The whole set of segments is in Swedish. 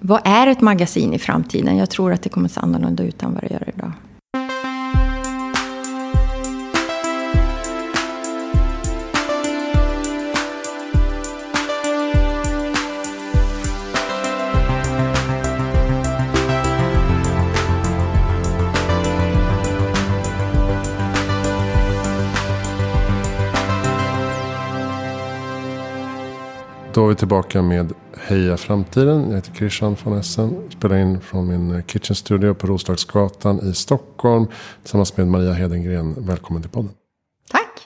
Vad är ett magasin i framtiden? Jag tror att det kommer att se annorlunda ut än vad det gör idag. Då är vi tillbaka med Heja Framtiden. Jag heter Christian von Essen. Spelar in från min kitchen studio på Roslagsgatan i Stockholm. Tillsammans med Maria Hedengren. Välkommen till podden. Tack!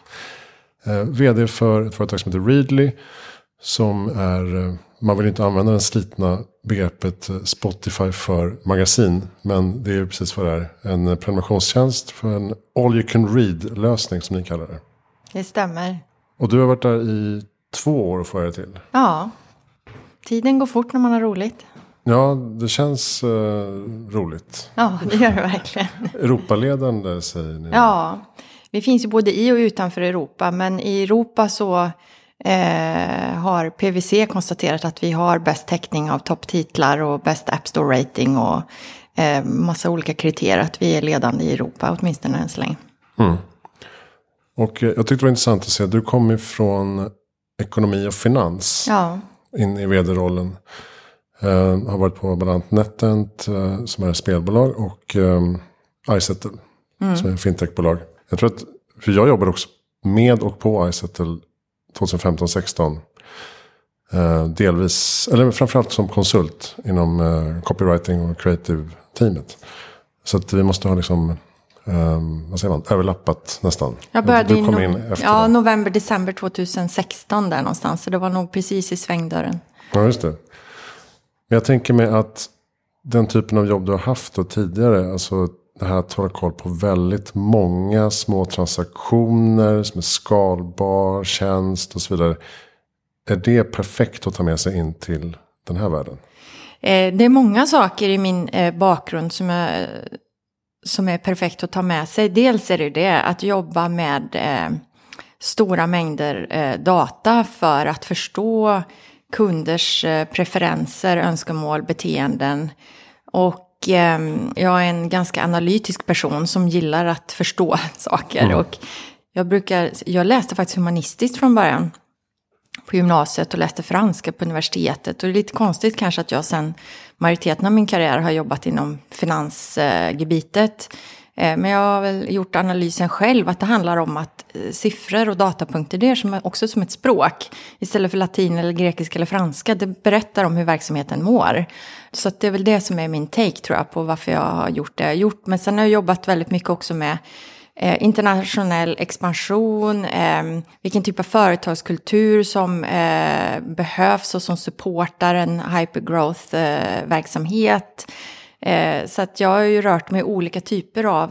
Vd för ett företag som heter Readly. Som är, man vill inte använda den slitna begreppet Spotify för magasin. Men det är precis vad det är. En prenumerationstjänst för en all you can read-lösning som ni kallar det. Det stämmer. Och du har varit där i 2 år får jag det till. Ja, tiden går fort när man har roligt. Ja, det känns roligt. Ja, det gör det verkligen. Europaledande säger ni. Ja, vi finns ju både i och utanför Europa. Men i Europa så har PwC konstaterat att vi har bäst täckning av topptitlar och bäst App Store rating och massa olika kriterier. Att vi är ledande i Europa, åtminstone än så länge. Mm. Och jag tyckte det var intressant att se. Du kom ifrån ekonomi och finans in i vd-rollen. Har varit på bland annat NetEnt som är ett spelbolag och iSettle som är ett fintechbolag. Jag tror att, för jag jobbade också med och på iSettle 2015-16. Delvis, eller framförallt som konsult inom copywriting och creative teamet. Så att vi måste ha liksom vad säger man, överlappat nästan. Jag började in efter november-december 2016 där någonstans. Så det var nog precis i svängdörren. Ja, just det. Men jag tänker mig att den typen av jobb du har haft då tidigare, alltså det här att hålla koll på väldigt många små transaktioner som är skalbar, tjänst och så vidare. Är det perfekt att ta med sig in till den här världen? Det är många saker i min bakgrund som är perfekt att ta med sig. Dels är det att jobba med stora mängder data för att förstå kunders preferenser, önskemål, beteenden. Och jag är en ganska analytisk person som gillar att förstå saker. Och jag läste faktiskt humanistiskt från början på gymnasiet och läste franska på universitetet. Och det är lite konstigt kanske att jag sen majoriteten av min karriär har jobbat inom finansgebitet. Men jag har väl gjort analysen själv att det handlar om att siffror och datapunkter, det är som också som ett språk. Istället för latin eller grekiska eller franska, det berättar om hur verksamheten mår. Så att det är väl det som är min take tror jag på varför jag har gjort det jag har gjort. Men sen har jag jobbat väldigt mycket också med internationell expansion, vilken typ av företagskultur som behövs och som supportar en hypergrowth-verksamhet. Så att jag har ju rört mig i olika typer av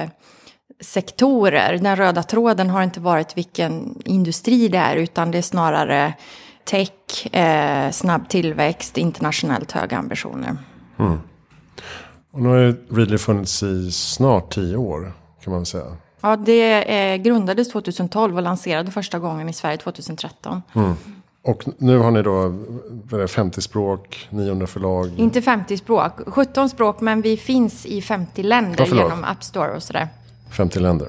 sektorer. Den röda tråden har inte varit vilken industri det är, utan det är snarare tech, snabb tillväxt, internationellt höga ambitioner. Mm. Och nu har Readly funnits i snart 10 år. Kan man väl säga. Ja, det grundades 2012 och lanserade första gången i Sverige 2013. Mm. Och nu har ni då 50 språk, 900 förlag. Inte 50 språk, 17 språk, men vi finns i 50 länder genom App Store och sådär. 50 länder.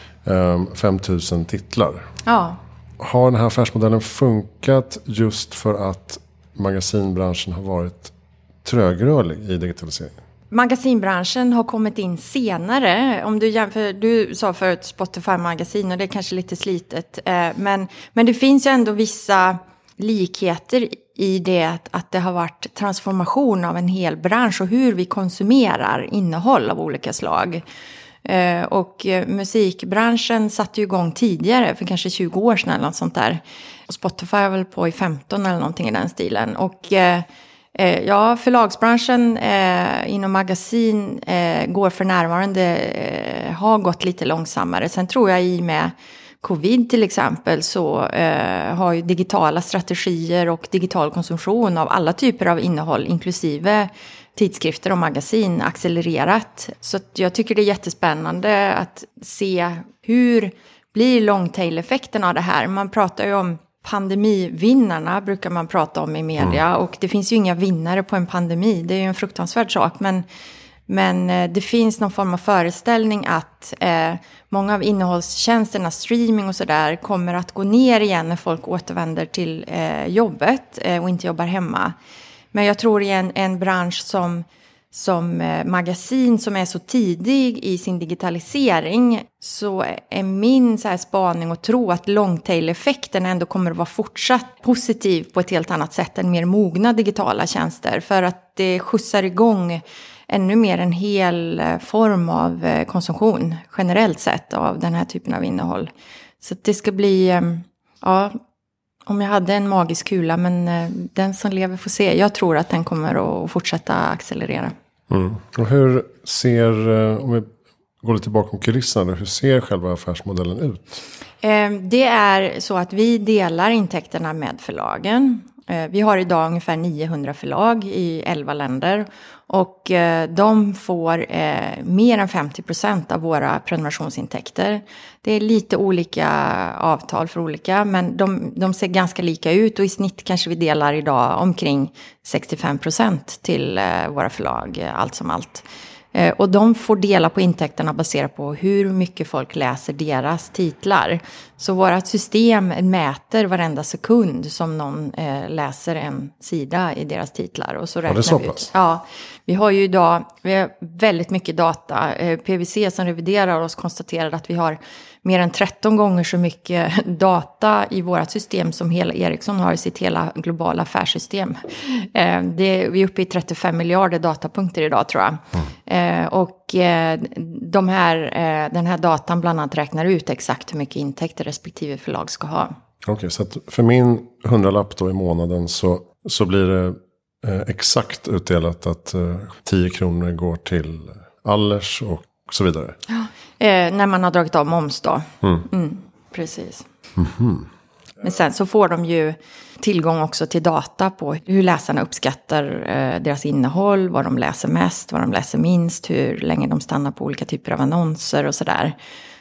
5000 titlar. Ja. Har den här affärsmodellen funkat just för att magasinbranschen har varit trögrörlig i digitaliseringen? Magasinbranschen har kommit in senare. Om du jämför, du sa förut Spotify-magasin och det är kanske lite slitet. Men det finns ju ändå vissa likheter i det att det har varit transformation av en hel bransch och hur vi konsumerar innehåll av olika slag. Och musikbranschen satte ju igång tidigare, för kanske 20 år sedan eller något sånt där. Och Spotify har väl på i 15 eller någonting i den stilen. Och ja, förlagsbranschen inom magasin går för närvarande, har gått lite långsammare. Sen tror jag i med covid till exempel så har ju digitala strategier och digital konsumtion av alla typer av innehåll, inklusive tidskrifter och magasin, accelererat. Så att jag tycker det är jättespännande att se hur blir longtail-effekten av det här. Man pratar ju om pandemivinnarna brukar man prata om i media. Och det finns ju inga vinnare på en pandemi. Det är ju en fruktansvärd sak. Men det finns någon form av föreställning att många av innehållstjänsterna, streaming och sådär, kommer att gå ner igen när folk återvänder till jobbet och inte jobbar hemma. Men jag tror i en bransch som magasin som är så tidig i sin digitalisering, så är min så här spaning att tro att longtail-effekten ändå kommer att vara fortsatt positiv på ett helt annat sätt än mer mogna digitala tjänster. För att det skjutsar igång ännu mer en hel form av konsumtion generellt sett av den här typen av innehåll. Så det ska bli, om jag hade en magisk kula, men den som lever får se. Jag tror att den kommer att fortsätta accelerera. Och hur ser, om vi går lite bakom kulisserna, hur ser själva affärsmodellen ut? Det är så att vi delar intäkterna med förlagen. Vi har idag ungefär 900 förlag i 11 länder. Och de får mer än 50% av våra prenumerationsintäkter. Det är lite olika avtal för olika, men de ser ganska lika ut. Och i snitt kanske vi delar idag omkring 65% till våra förlag, allt som allt. Och de får dela på intäkterna baserat på hur mycket folk läser deras titlar. Så vårt system mäter varenda sekund som någon läser en sida i deras titlar. Och så räknar vi ut. Ja, vi har ju idag väldigt mycket data. PwC som reviderar oss konstaterade att vi har mer än 13 gånger så mycket data i vårt system som hela Ericsson har i sitt hela globala affärssystem. Vi är uppe i 35 miljarder datapunkter idag, tror jag. Och den här datan bland annat räknar ut exakt hur mycket intäkter respektive förlag ska ha. Okej, så att för min 100-lapp då i månaden så blir det exakt utdelat att 10 kronor går till Allers och så vidare. Ja. När man har dragit av moms då. Precis. Men sen så får de ju tillgång också till data på hur läsarna uppskattar deras innehåll, vad de läser mest, vad de läser minst, hur länge de stannar på olika typer av annonser och sådär.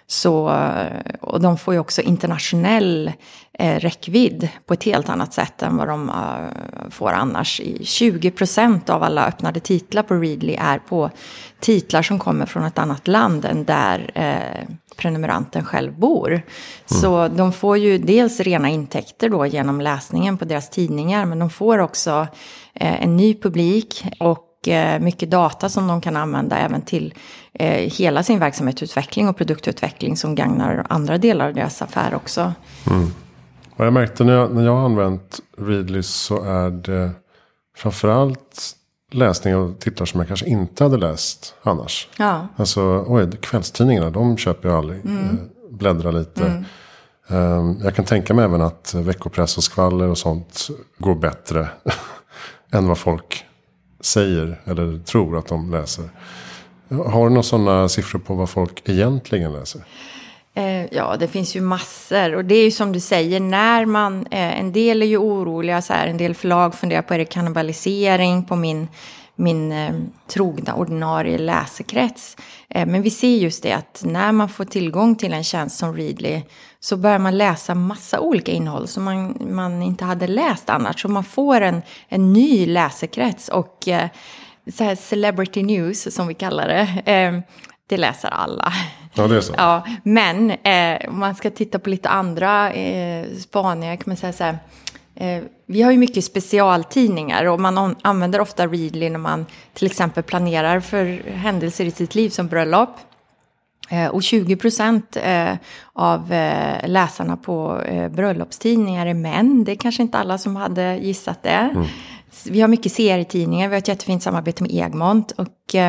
Och de får ju också internationell räckvidd på ett helt annat sätt än vad de får annars. 20% av alla öppnade titlar på Readly är på titlar som kommer från ett annat land än där prenumeranten själv bor. Så de får ju dels rena intäkter då genom läsningen på deras tidningar, men de får också en ny publik och mycket data som de kan använda även till hela sin verksamhetsutveckling och produktutveckling som gagnar andra delar av deras affär också. Och jag märkte när jag har använt Readly så är det framförallt läsning av titlar som jag kanske inte hade läst annars. Ja. Alltså, kvällstidningarna, de köper jag aldrig. Bläddra lite. Jag kan tänka mig även att veckopress och skvaller och sånt går bättre än vad folk säger eller tror att de läser. Har du några sådana siffror på vad folk egentligen läser? Ja, det finns ju massor. Och det är ju som du säger, när man, en del är ju oroliga, så här, en del förlag funderar på, är det kannibalisering på min trogna ordinarie läsekrets. Men vi ser just det att när man får tillgång till en tjänst som Readly så börjar man läsa massa olika innehåll som man inte hade läst annars. Så man får en ny läsekrets och så här celebrity news som vi kallar det. Det läser alla. Ja, det är så. Ja, men om man ska titta på lite andra spaningar kan man säga så här. Vi har ju mycket specialtidningar och man använder ofta Readly när man till exempel planerar för händelser i sitt liv som bröllop. Och 20% av läsarna på bröllopstidningar är män. Det är kanske inte alla som hade gissat det. Vi har mycket serietidningar. Vi har ett jättefint samarbete med Egmont och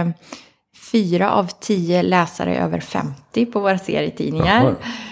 4 av 10 läsare är över 50 på våra serietidningar.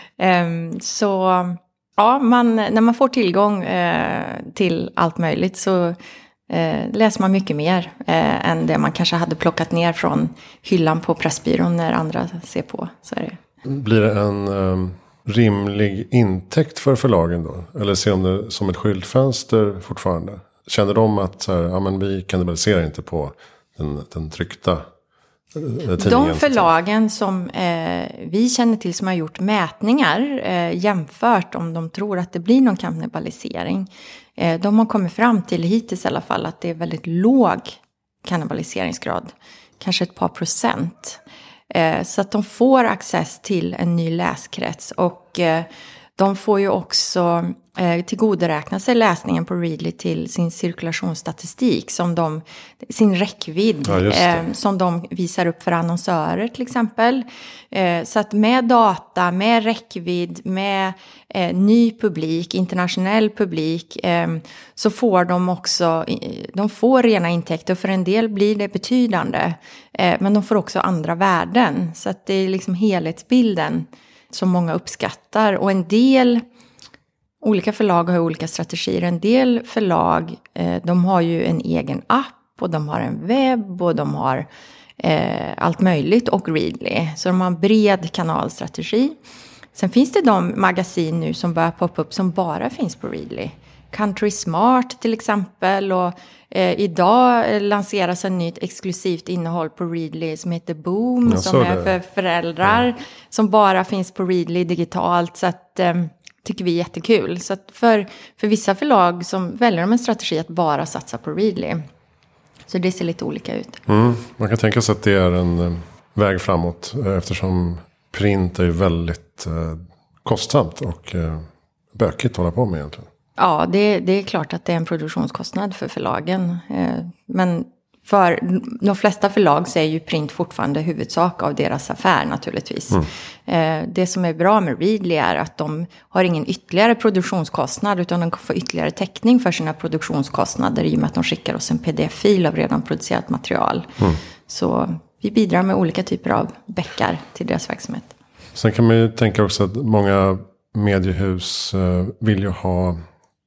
Så ja, när man får tillgång till allt möjligt så läser man mycket mer än det man kanske hade plockat ner från hyllan på Pressbyrån när andra ser på. Så är det. Blir det en rimlig intäkt för förlagen då? Eller ser de det som ett skyltfönster fortfarande? Känner de att så här, ja, men vi kannibaliserar inte på den tryckta De förlagen som vi känner till som har gjort mätningar jämfört om de tror att det blir någon kannibalisering. De har kommit fram till hittills i alla fall att det är väldigt låg kannibaliseringsgrad. Kanske ett par procent. Så att de får access till en ny läskrets. Och de får ju också tillgodoräkna sig läsningen på Readly till sin cirkulationsstatistik. Sin räckvidd som de visar upp för annonsörer till exempel. Så att med data, med räckvidd, med ny publik, internationell publik. Så får de får rena intäkter. För en del blir det betydande. Men de får också andra värden. Så att det är liksom helhetsbilden som många uppskattar. Och en del olika förlag har olika strategier. En del förlag de har ju en egen app och de har en webb och de har allt möjligt och Readly. Så de har en bred kanalstrategi. Sen finns det de magasin nu som börjar poppa upp som bara finns på Readly. Country Smart till exempel och idag lanseras en nytt exklusivt innehåll på Readly som heter Boom som är för föräldrar som bara finns på Readly digitalt så att tycker vi är jättekul. Så att för vissa förlag som väljer de en strategi att bara satsa på Readly. Så det ser lite olika ut. Man kan tänka sig att det är en väg framåt eftersom print är väldigt kostsamt och bökigt att hålla på med egentligen. Ja, det är klart att det är en produktionskostnad för förlagen. Men för de flesta förlag så är ju print fortfarande huvudsak av deras affär naturligtvis. Det som är bra med Readly är att de har ingen ytterligare produktionskostnad utan de får ytterligare täckning för sina produktionskostnader i och med att de skickar oss en pdf-fil av redan producerat material. Så vi bidrar med olika typer av bäckar till deras verksamhet. Sen kan man ju tänka också att många mediehus vill ju ha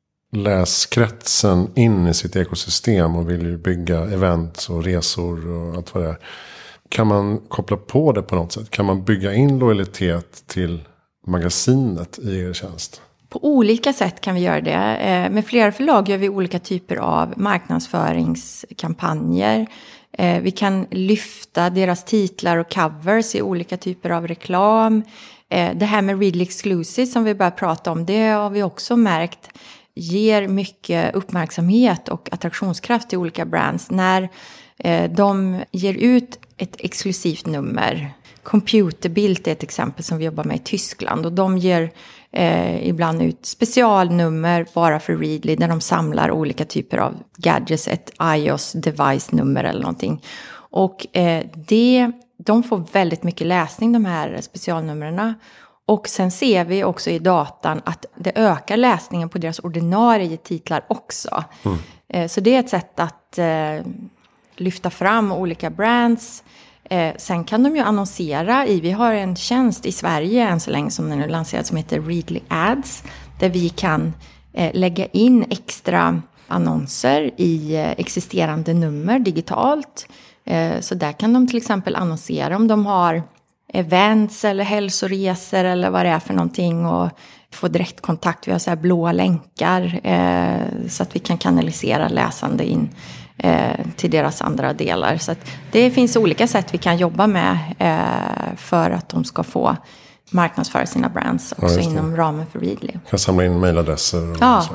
läskretsen in i sitt ekosystem och vill ju bygga events och resor och allt vad det är. Kan man koppla på det på något sätt? Kan man bygga in lojalitet till magasinet i er tjänst? På olika sätt kan vi göra det. Med flera förlag gör vi olika typer av marknadsföringskampanjer. Vi kan lyfta deras titlar och covers i olika typer av reklam. Det här med Readly Exclusive som vi börjar prata om, det har vi också märkt ger mycket uppmärksamhet och attraktionskraft till olika brands när de ger ut ett exklusivt nummer. Computerbild är ett exempel som vi jobbar med i Tyskland och de ger ibland ut specialnummer bara för Readly där de samlar olika typer av gadgets, ett iOS-device-nummer eller någonting. Och de får väldigt mycket läsning de här specialnumren. Och sen ser vi också i datan att det ökar läsningen på deras ordinarie titlar också. Så det är ett sätt att lyfta fram olika brands. Sen kan de ju annonsera vi har en tjänst i Sverige än så länge som den är lanserad som heter Readly Ads. Där vi kan lägga in extra annonser i existerande nummer digitalt. Så där kan de till exempel annonsera om de har events eller hälsoresor eller vad det är för någonting och få direktkontakt. Vi har så här blåa länkar så att vi kan kanalisera läsande in till deras andra delar. Så att det finns olika sätt vi kan jobba med för att de ska få marknadsföra sina brands också inom ramen för Readly. Kan samla in mejladresser och så.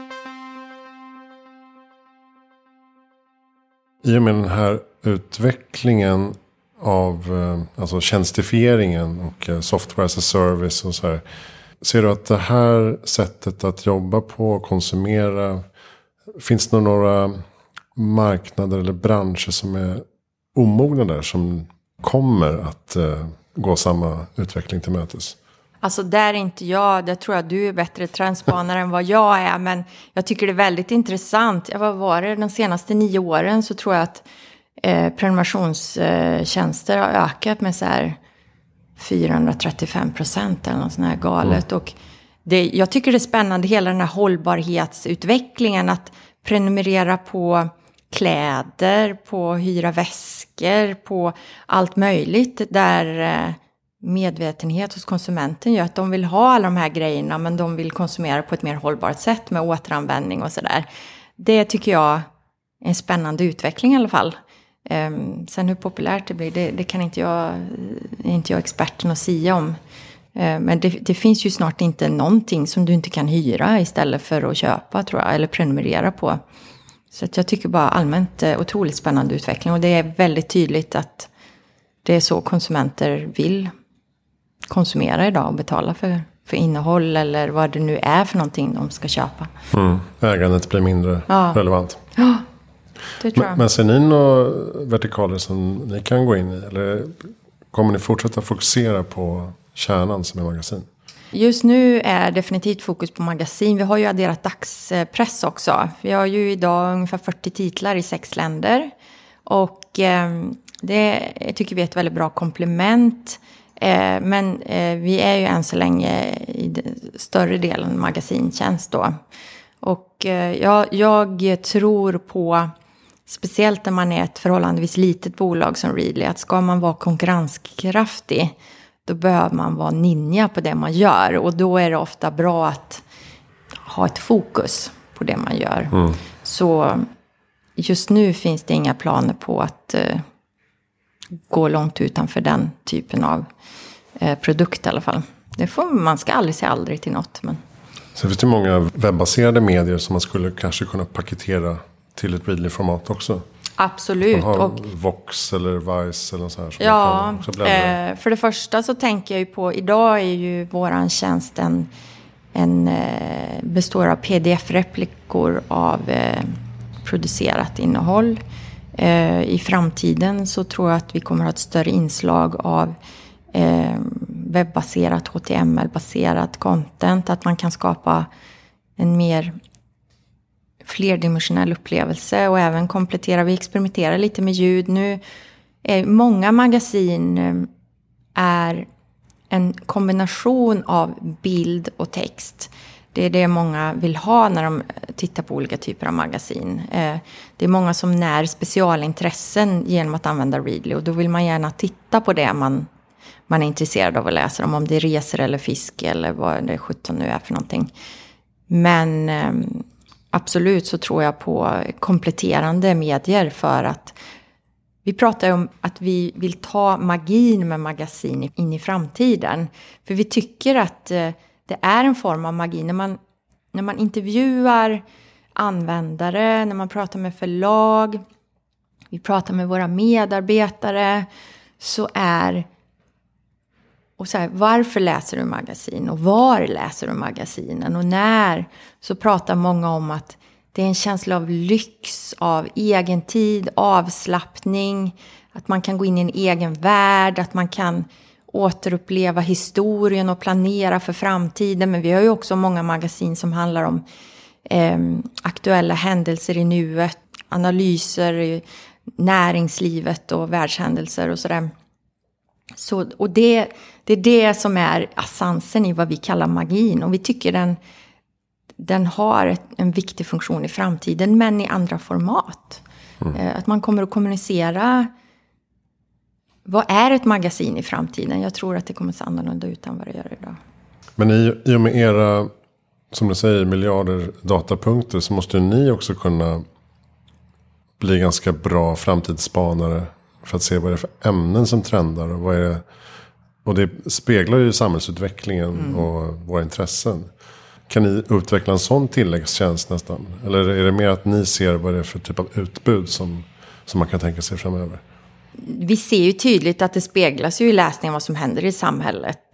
I och med den här utvecklingen av alltså tjänstifieringen och software as a service och så här. Ser du att det här sättet att jobba på och konsumera, finns det några marknader eller branscher som är omogna där som kommer att gå samma utveckling till mötes? Alltså där är inte jag, där tror jag du är bättre trendspanare än vad jag är, men jag tycker det är väldigt intressant. Vad var det, de senaste 9 åren så tror jag att prenumerationstjänster har ökat med så här 435% eller något sånt här galet. Och jag tycker det är spännande hela den här hållbarhetsutvecklingen att prenumerera på kläder, på hyra väskor, på allt möjligt där medvetenhet hos konsumenten gör att de vill ha alla de här grejerna men de vill konsumera på ett mer hållbart sätt med återanvändning och sådär. Det tycker jag är en spännande utveckling i alla fall. Sen hur populärt det blir, det kan inte jag experten att sia om. Men det finns ju snart inte någonting som du inte kan hyra istället för att köpa, tror jag, eller prenumerera på. Så att jag tycker bara allmänt otroligt spännande utveckling. Och det är väldigt tydligt att det är så konsumenter vill konsumera idag och betala för innehåll eller vad det nu är för någonting de ska köpa. Ägandet blir mindre relevant. Ja, det tror jag. Men ser ni några vertikaler som ni kan gå in i? Eller kommer ni fortsätta fokusera på kärnan som är magasin? Just nu är definitivt fokus på magasin. Vi har ju adderat dagspress också. Vi har ju idag ungefär 40 titlar i 6 länder. Och det tycker vi är ett väldigt bra komplement. Men vi är ju än så länge i större delen magasintjänst då. Och jag tror på, speciellt när man är ett förhållandevis litet bolag som Readly, att ska man vara konkurrenskraftig, då behöver man vara ninja på det man gör. Och då är det ofta bra att ha ett fokus på det man gör. Så just nu finns det inga planer på att gå långt utanför den typen av produkt i alla fall. Man ska aldrig säga aldrig till något. Men. Så finns det många webbaserade medier som man skulle kanske kunna paketera till ett Readly-format också. Absolut. Man har Vox eller Vice eller så här. Ja, för det första så tänker jag ju på, idag är ju våran tjänst består av pdf-replikor av producerat innehåll. I framtiden så tror jag att vi kommer att ha ett större inslag av webbaserat, HTML-baserat content. Att man kan skapa en mer flerdimensionell upplevelse och även komplettera. Vi experimenterar lite med ljud. Nu många magasin är en kombination av bild och text. Det är det många vill ha när de tittar på olika typer av magasin. Det är många som när specialintressen genom att använda Readly. Och då vill man gärna titta på det man är intresserad av att läsa om det är resor eller fiske eller vad det 17 nu är för någonting. Men absolut så tror jag på kompletterande medier, för att vi pratar ju om att vi vill ta magin med magasin in i framtiden. För vi tycker att det är en form av magi. När man intervjuar användare, när man pratar med förlag, vi pratar med våra medarbetare, så här, varför läser du magasin och var läser du magasinen och när, så pratar många om att det är en känsla av lyx, av egen tid, avslappning, att man kan gå in i en egen värld, att man kan återuppleva historien och planera för framtiden. Men vi har ju också många magasin som handlar om aktuella händelser i nuet, analyser i näringslivet och världshändelser och sådär. Och det är det som är essensen i vad vi kallar magin. Och vi tycker den har en viktig funktion i framtiden, men i andra format. Att man kommer att kommunicera. Vad är ett magasin i framtiden? Jag tror att det kommer att se annorlunda ut än vad det gör idag. Men i och med era, som du säger, miljarder datapunkter, så måste ni också kunna bli ganska bra framtidsspanare för att se vad det är för ämnen som trendar och det speglar ju samhällsutvecklingen och våra intressen. Kan ni utveckla en sån tilläggstjänst nästan? Eller är det mer att ni ser vad det är för typ av utbud som man kan tänka sig framöver? Vi ser ju tydligt att det speglas ju i läsningen vad som händer i samhället.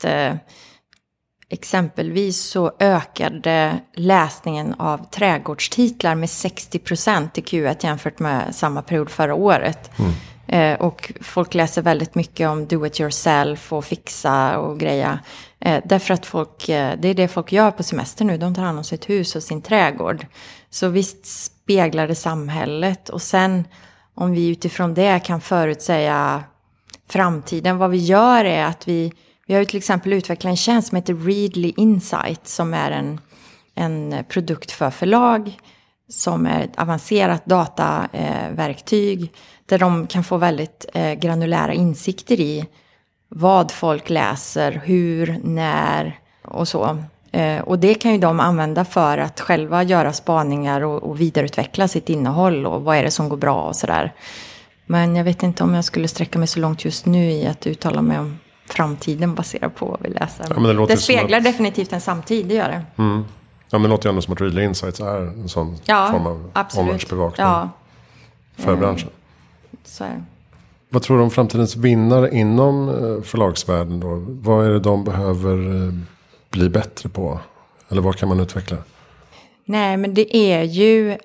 Exempelvis så ökade läsningen av trädgårdstitlar med 60% i Q1 jämfört med samma period förra året. Och folk läser väldigt mycket om do it yourself och fixa och greja. Därför att det är det folk gör på semester nu. De tar hand om sitt hus och sin trädgård. Så visst speglar det samhället. Och sen om vi utifrån det kan förutsäga framtiden. Vad vi gör är att vi har ju till exempel utvecklat en tjänst som heter Readly Insight. Som är en produkt för förlag. Som är ett avancerat dataverktyg. Där de kan få väldigt granulära insikter i vad folk läser, hur, när och så. Och det kan ju de använda för att själva göra spaningar och vidareutveckla sitt innehåll. Och vad är det som går bra och sådär. Men jag vet inte om jag skulle sträcka mig så långt just nu i att uttala mig om framtiden baserat på vad vi läser. Ja, men det speglar definitivt en samtid, det gör det. Mm. Ja, men det låter ju ändå som att Readly Insights är en sån form av omvärldsbevakning för branschen. Så är det. Vad tror du om framtidens vinnare inom förlagsvärlden då? Vad är det de behöver bli bättre på? Eller vad kan man utveckla? Nej, men det är ju,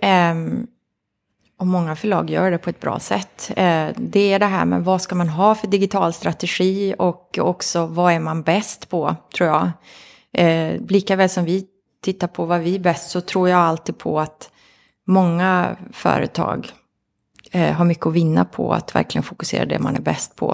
och många förlag gör det på ett bra sätt. Det är det här med vad ska man ha för digital strategi och också vad är man bäst på, tror jag. Lika väl som vi tittar på vad vi är bäst, så tror jag alltid på att många företag har mycket att vinna på att verkligen fokusera det man är bäst på.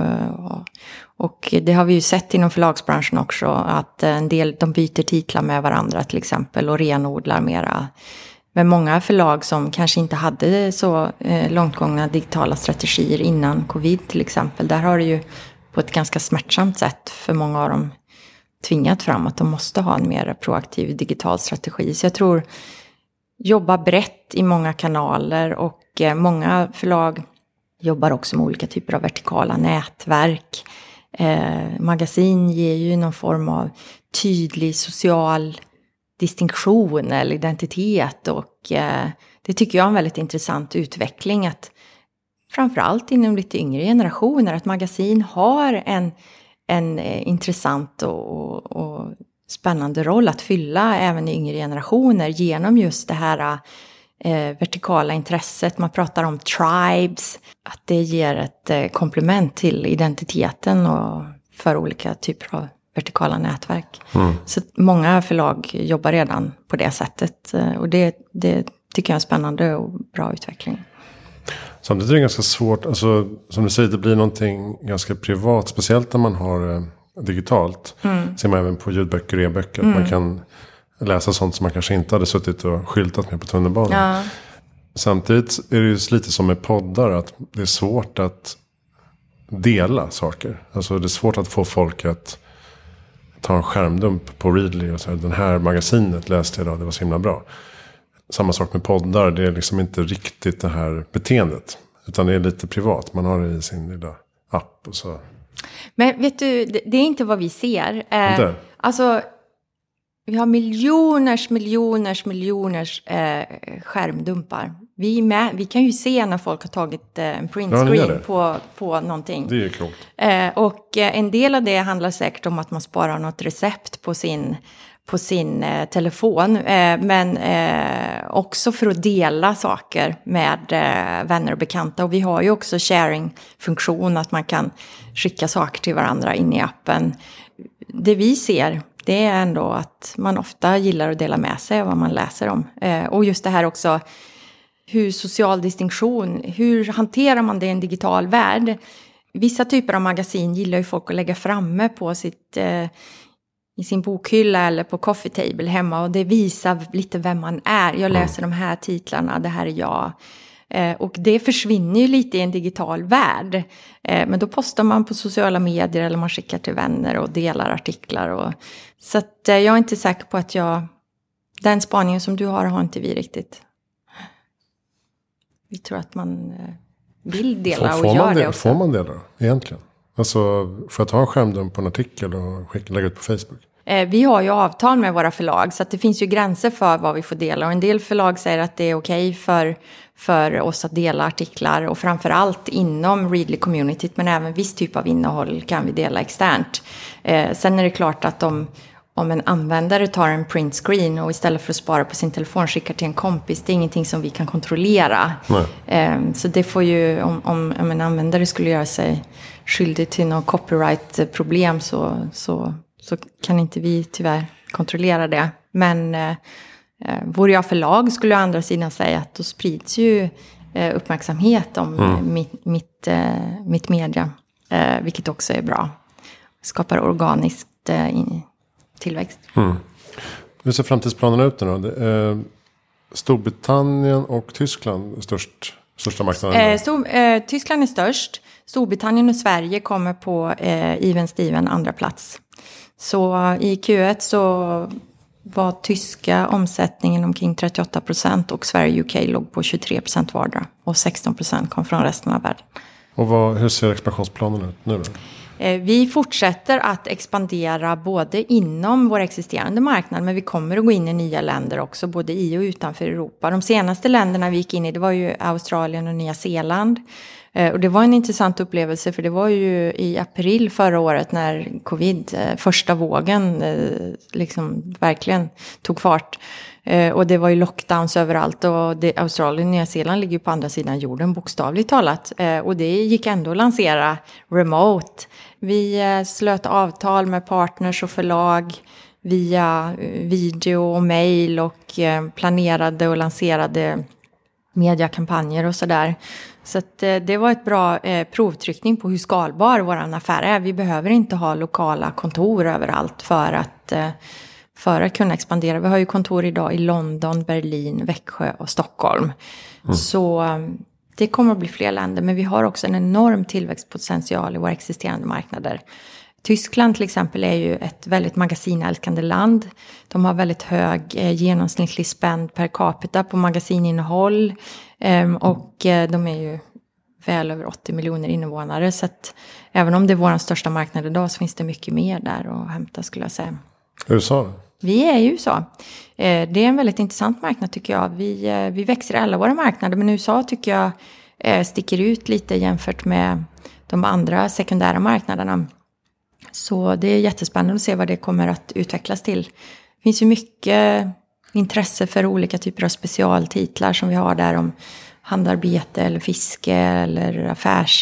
Och det har vi ju sett inom förlagsbranschen också, att en del de byter titlar med varandra till exempel och renodlar mera. Men många förlag som kanske inte hade så långtgångna digitala strategier innan covid till exempel, där har det ju på ett ganska smärtsamt sätt för många av dem tvingat fram att de måste ha en mer proaktiv digital strategi. Så jag tror jobba brett i många kanaler, och många förlag jobbar också med olika typer av vertikala nätverk. Magasin ger ju någon form av tydlig social distinktion eller identitet, och det tycker jag är en väldigt intressant utveckling, att framförallt inom lite yngre generationer att magasin har en intressant och spännande roll att fylla även i yngre generationer genom just det här vertikala intresset. Man pratar om tribes, att det ger ett komplement till identiteten och för olika typer av vertikala nätverk. Så många förlag jobbar redan på det sättet, och det tycker jag är en spännande och bra utveckling. Samtidigt är det ganska svårt, alltså, som du säger, det blir någonting ganska privat, speciellt när man har digitalt. Ser man även på ljudböcker och e-böcker, att man kan läsa sånt som man kanske inte hade suttit och skyltat med på tunnelbanan. Ja. Samtidigt är det ju lite som med poddar, att det är svårt att dela saker. Alltså det är svårt att få folk att ta en skärmdump på Readly och säga, den här magasinet läste jag idag, det var så himla bra. Samma sak med poddar, det är liksom inte riktigt det här beteendet, utan det är lite privat. Man har det i sin lilla app och så. Men vet du, det är inte vad vi ser. Alltså, vi har miljoners skärmdumpar. Vi kan ju se när folk har tagit en printscreen på någonting. Det är coolt. Och en del av det handlar säkert om att man sparar något recept på sin telefon. Men också för att dela saker med vänner och bekanta. Och vi har ju också sharing-funktion, att man kan skicka saker till varandra in i appen. Det vi ser, det är ändå att man ofta gillar att dela med sig av vad man läser om. Och just det här också, hur social distinktion, hur hanterar man det i en digital värld? Vissa typer av magasin gillar ju folk att lägga framme på i sin bokhylla eller på coffee table hemma, och det visar lite vem man är. Jag läser de här titlarna, det här är jag. Och det försvinner ju lite i en digital värld. Men då postar man på sociala medier eller man skickar till vänner och delar artiklar. Så att jag är inte säker på att den spaningen som du har inte vi riktigt. Vi tror att man vill dela och gör det också. Får man dela egentligen? Alltså för att ha en skärmdump på en artikel och lägga ut på Facebook? Vi har ju avtal med våra förlag, så att det finns ju gränser för vad vi får dela. Och en del förlag säger att det är okej för oss att dela artiklar. Och framförallt inom Readly-communityt, men även viss typ av innehåll kan vi dela externt. Sen är det klart att om en användare tar en printscreen och istället för att spara på sin telefon skickar till en kompis, det är ingenting som vi kan kontrollera. Så det får ju, om en användare skulle göra sig skyldig till något copyright-problem så kan inte vi tyvärr kontrollera det. Men vore jag förlag skulle jag å andra sidan säga att då sprids ju uppmärksamhet om mitt media, vilket också är bra. Skapar organiskt tillväxt. Hur ser framtidsplanerna ut nu då? Storbritannien och Tyskland största marknaden? Tyskland är störst. Storbritannien och Sverige kommer på even Steven andra plats. Så i Q1 så var tyska omsättningen omkring 38% och Sverige och UK låg på 23% vardera. Och 16% kom från resten av världen. Och hur ser expansionsplanen ut nu då? Vi fortsätter att expandera både inom vår existerande marknad, men vi kommer att gå in i nya länder också, både i och utanför Europa. De senaste länderna vi gick in i, det var ju Australien och Nya Zeeland. Och det var en intressant upplevelse, för det var ju i april förra året när covid, första vågen, liksom verkligen tog fart. Och det var ju lockdowns överallt, och Australien och Nya Zeeland ligger ju på andra sidan jorden bokstavligt talat. Och det gick ändå att lansera remote. Vi slöt avtal med partners och förlag via video och mail och planerade och lanserade mediakampanjer och sådär. Så att det var ett bra provtryckning på hur skalbar vår affär är. Vi behöver inte ha lokala kontor överallt för att kunna expandera. Vi har ju kontor idag i London, Berlin, Växjö och Stockholm. Så det kommer att bli fler länder, men vi har också en enorm tillväxtpotential i våra existerande marknader. Tyskland till exempel är ju ett väldigt magasinälskande land. De har väldigt hög genomsnittlig spend per capita på magasinninnehåll. Och de är ju väl över 80 miljoner invånare. Så att även om det är vår största marknad idag, så finns det mycket mer där att hämta, skulle jag säga. USA? Vi är i USA. Det är en väldigt intressant marknad tycker jag. Vi växer i alla våra marknader, men USA tycker jag sticker ut lite jämfört med de andra sekundära marknaderna. Så det är jättespännande att se vad det kommer att utvecklas till. Det finns ju mycket intresse för olika typer av specialtitlar som vi har där, om handarbete eller fiske eller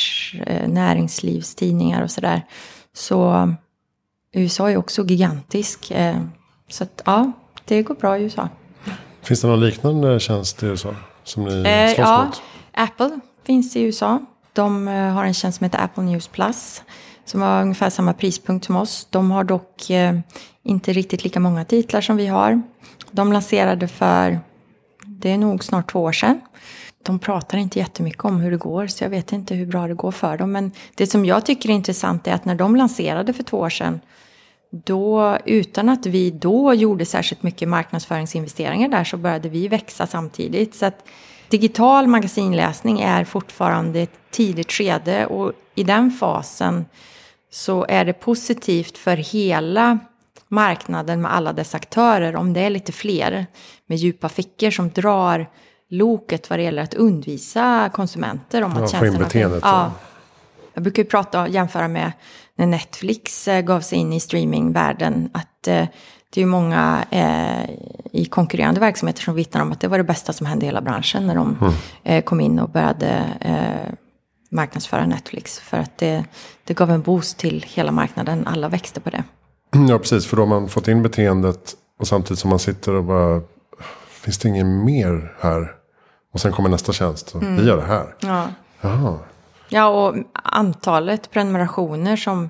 näringslivstidningar och sådär. Så USA är också gigantisk. Så att, ja, det går bra i USA. Finns det någon liknande tjänst i USA som ni slåss mot? Apple finns i USA. De har en tjänst som heter Apple News Plus, som har ungefär samma prispunkt som oss. De har dock inte riktigt lika många titlar som vi har. De lanserade det är nog snart 2 år sedan. De pratar inte jättemycket om hur det går, så jag vet inte hur bra det går för dem. Men det som jag tycker är intressant är att när de lanserade för 2 år sedan, då, utan att vi då gjorde särskilt mycket marknadsföringsinvesteringar där, så började vi växa samtidigt. Så att digital magasinläsning är fortfarande ett tidigt skede, och i den fasen så är det positivt för hela marknaden med alla dess aktörer om det är lite fler med djupa fickor som drar loket vad det gäller att undervisa konsumenter om att tjänsterna finns. Ja. Jag brukar jämföra med när Netflix gav sig in i streamingvärlden, att det är många i konkurrerande verksamheter som vittnar om att det var det bästa som hände i hela branschen när de kom in och började marknadsföra Netflix. För att det gav en boost till hela marknaden. Alla växte på det. Ja, precis. För då har man fått in beteendet och samtidigt som man sitter och bara, finns det inget mer här? Och sen kommer nästa tjänst och vi gör det här. Ja. Aha. Ja, och antalet prenumerationer som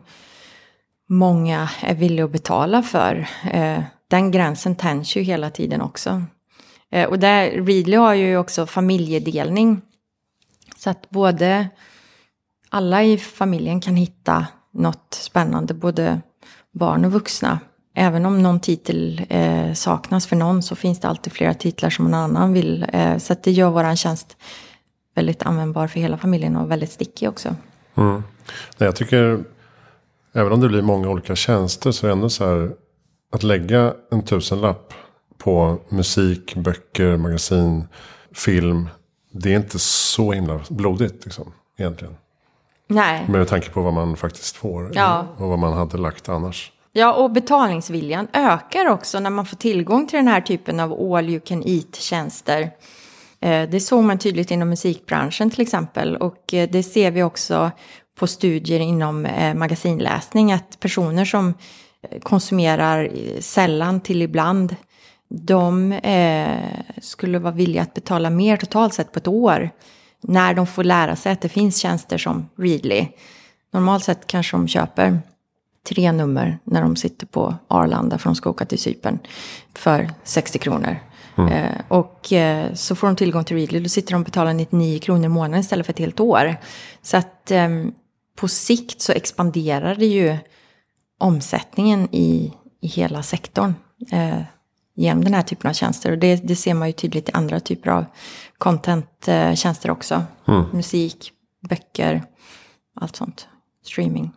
många är villiga att betala för, den gränsen tänds ju hela tiden också. Och där Readly har ju också familjedelning. Så att både alla i familjen kan hitta något spännande, både barn och vuxna. Även om någon titel saknas för någon, så finns det alltid flera titlar som någon annan vill. Så att det gör våran tjänst väldigt användbar för hela familjen och väldigt stickig också. Mm. Nej, jag tycker, även om det blir många olika tjänster, så är det ändå så här att lägga en 1000-lapp på musik, böcker, magasin, film. Det är inte så himla blodigt liksom, egentligen. Nej. Med tanke på vad man faktiskt får och vad man hade lagt annars. Ja, och betalningsviljan ökar också när man får tillgång till den här typen av all you can eat-tjänster. Det såg man tydligt inom musikbranschen till exempel, och det ser vi också på studier inom magasinläsning, att personer som konsumerar sällan till ibland, de skulle vara villiga att betala mer totalt sett på ett år när de får lära sig att det finns tjänster som Readly. Normalt sett kanske de köper 3 nummer när de sitter på Arlanda för de ska åka till Cypern för 60 kronor. Och så får de tillgång till Readly, då sitter de och betalar 99 kronor i månaden istället för ett helt år. Så att på sikt så expanderar det ju omsättningen i hela sektorn. genom den här typen av tjänster. Och det ser man ju tydligt i andra typer av content-tjänster också. Musik, böcker, allt sånt. Streaming.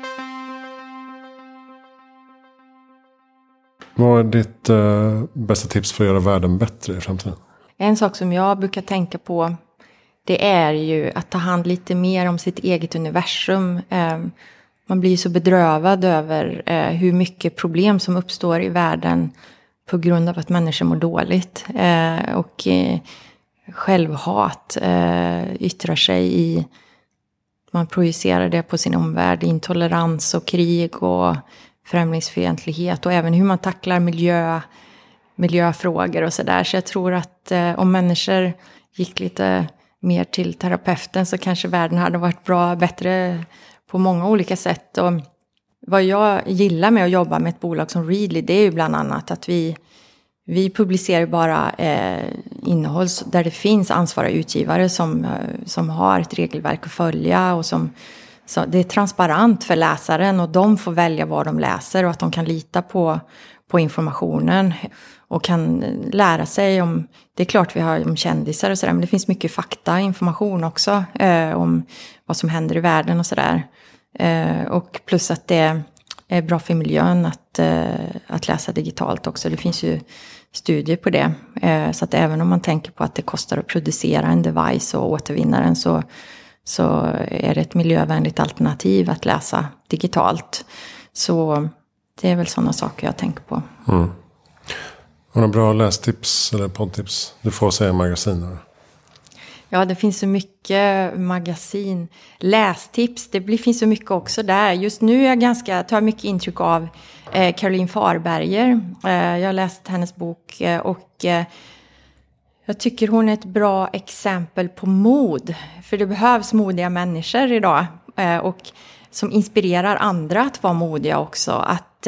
Vad är ditt bästa tips för att göra världen bättre i framtiden? En sak som jag brukar tänka på, det är ju att ta hand lite mer om sitt eget universum. Man blir så bedrövad över hur mycket problem som uppstår i världen på grund av att människor mår dåligt. Och självhat yttrar sig i, man projicerar det på sin omvärld, intolerans och krig och främlingsfientlighet och även hur man tacklar miljöfrågor och sådär. Så jag tror att om människor gick lite mer till terapeuten så kanske världen hade varit bättre på många olika sätt. Och vad jag gillar med att jobba med ett bolag som Readly, det är ju bland annat att vi publicerar bara innehåll där det finns ansvariga utgivare som har ett regelverk att följa och så det är transparent för läsaren och de får välja vad de läser och att de kan lita på informationen och kan lära sig om, det är klart vi har om kändisar och sådär, men det finns mycket information också om vad som händer i världen och sådär. Och plus att det är bra för miljön att läsa digitalt också. Det finns ju studier på det. Så att även om man tänker på att det kostar att producera en device och återvinna den så är det ett miljövänligt alternativ att läsa digitalt. Så det är väl sådana saker jag tänker på. Har du några bra lästips eller poddtips? Du får säga magasin. Ja, det finns så mycket magasin. Lästips, finns så mycket också där. Just nu är jag tar mycket intryck av Caroline Farberger. Jag har läst hennes bok och jag tycker hon är ett bra exempel på mod. För det behövs modiga människor idag. Och som inspirerar andra att vara modiga också. Att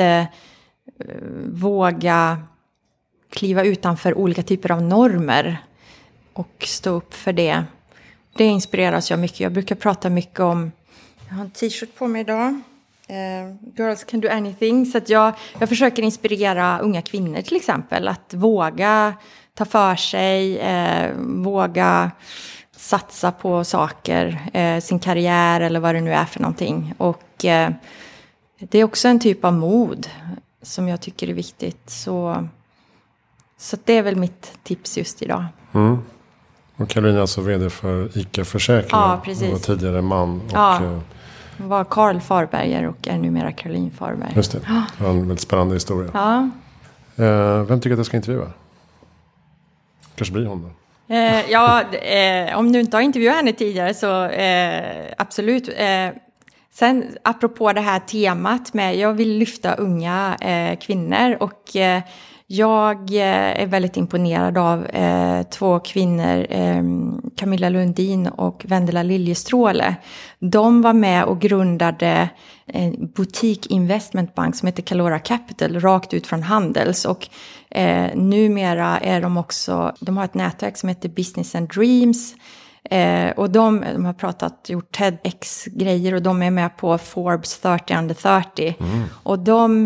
våga kliva utanför olika typer av normer. Och stå upp för det. Det inspireras jag mycket. Jag brukar prata mycket om, jag har en t-shirt på mig idag. Girls can do anything. Så att jag försöker inspirera unga kvinnor till exempel. Att våga ta för sig. Våga satsa på saker. Sin karriär eller vad det nu är för någonting. Och det är också en typ av mod som jag tycker är viktigt. Så det är väl mitt tips just idag. Och Caroline är alltså vd för ICA Försäkring. Ja, precis. Hon var tidigare man. Och, hon var Carl Farberger och är numera Caroline Farberger. Just det. Det var en väldigt spännande historia. Ja. Vem tycker att jag ska intervjua? Kanske blir hon då. Om du inte har intervjuat henne tidigare så absolut. Sen apropå det här temat med, jag vill lyfta unga kvinnor och jag är väldigt imponerad av två kvinnor, Camilla Lundin och Vendela Liljestråle. De var med och grundade en boutique investmentbank som heter Calora Capital, rakt ut från Handels. Och numera är de har ett nätverk som heter Business and Dreams. Och de har gjort TEDx-grejer och de är med på Forbes 30 under 30. Och de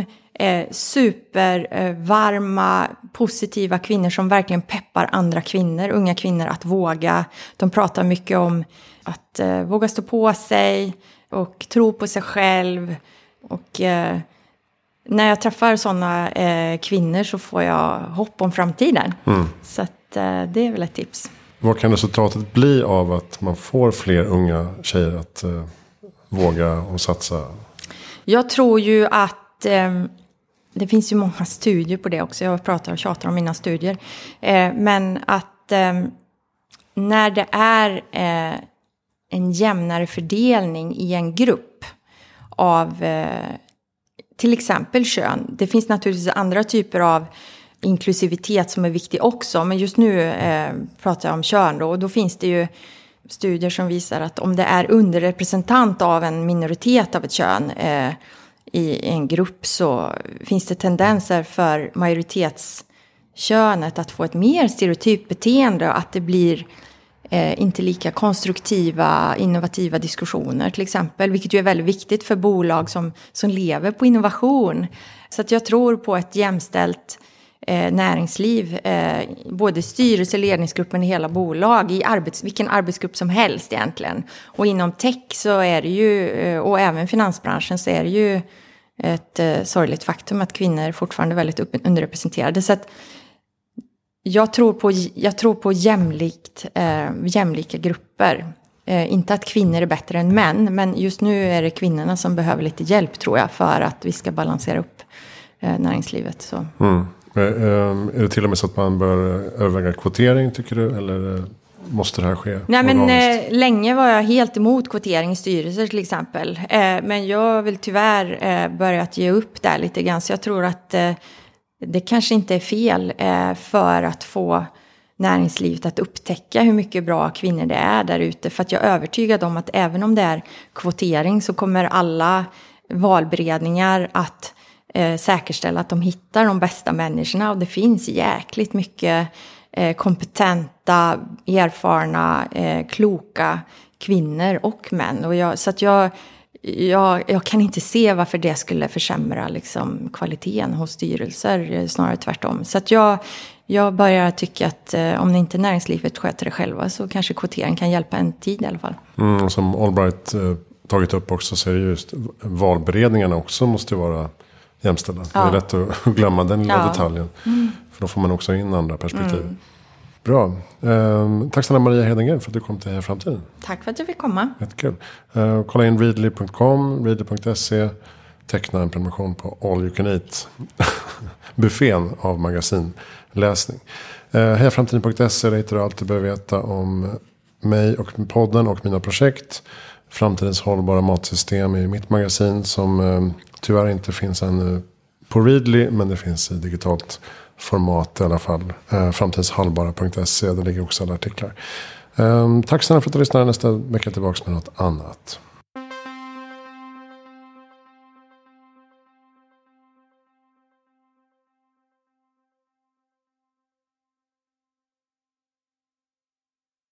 supervarma, positiva kvinnor som verkligen peppar andra kvinnor, unga kvinnor att våga. De pratar mycket om att våga stå på sig och tro på sig själv. Och när jag träffar sådana kvinnor så får jag hopp om framtiden. Så att, det är väl ett tips. Vad kan resultatet bli av att man får fler unga tjejer att våga och satsa? Jag tror ju att det finns ju många studier på det också. Jag pratar och tjatar om mina studier. Men att när det är en jämnare fördelning i en grupp av till exempel kön. Det finns naturligtvis andra typer av inklusivitet som är viktig också. Men just nu pratar jag om kön då. Och då finns det ju studier som visar att om det är underrepresentant av en minoritet av ett kön i en grupp så finns det tendenser för majoritetskönet att få ett mer stereotypt beteende och att det blir inte lika konstruktiva, innovativa diskussioner till exempel. Vilket ju är väldigt viktigt för bolag som lever på innovation. Så att jag tror på ett jämställt näringsliv, både styrelse, ledningsgruppen i hela bolag, i vilken arbetsgrupp som helst egentligen. Och inom tech så är det ju, och även finansbranschen, så är det ju ett sorgligt faktum att kvinnor fortfarande är väldigt underrepresenterade. Så att jag tror på jämlika grupper. Inte att kvinnor är bättre än män, men just nu är det kvinnorna som behöver lite hjälp, tror jag, för att vi ska balansera upp näringslivet. Så. Är det till och med så att man bör överväga kvotering, tycker du? Eller måste det här ske? Nej, men länge var jag helt emot kvotering i styrelser till exempel. Men jag vill tyvärr börjat ge upp där lite grann. Så jag tror att det kanske inte är fel för att få näringslivet att upptäcka hur mycket bra kvinnor det är där ute. För att jag är övertygad om att även om det är kvotering så kommer alla valberedningar att säkerställa att de hittar de bästa människorna. Och det finns jäkligt mycket kompetenta, erfarna, kloka kvinnor och män. Och jag kan inte se varför det skulle försämra liksom kvaliteten hos styrelser, snarare tvärtom. Så att jag börjar tycka att om det inte näringslivet sköter det själva så kanske kvotering kan hjälpa en tid i alla fall. Som Allbright tagit upp också, så är det just valberedningarna också måste vara jämställda. Ja. Det är lätt att glömma den lilla detaljen. För då får man också in andra perspektiv. Bra. Tack snälla Maria Hedengren för att du kom till Heja Framtiden. Tack för att du fick komma. Jättekul. Kolla in readly.com, readly.se. Teckna en prenumeration på All You Can Eat. Buffén av magasinläsning. Hejaframtiden.se, där hittar du allt du behöver veta om mig och podden och mina projekt. Framtidens hållbara matsystem är mitt magasin som tyvärr inte finns ännu på Readly, men det finns i digitalt format i alla fall. Framtidshållbara.se, där ligger också alla artiklar. Tack snälla för att du lyssnade. Nästa vecka tillbaka med något annat.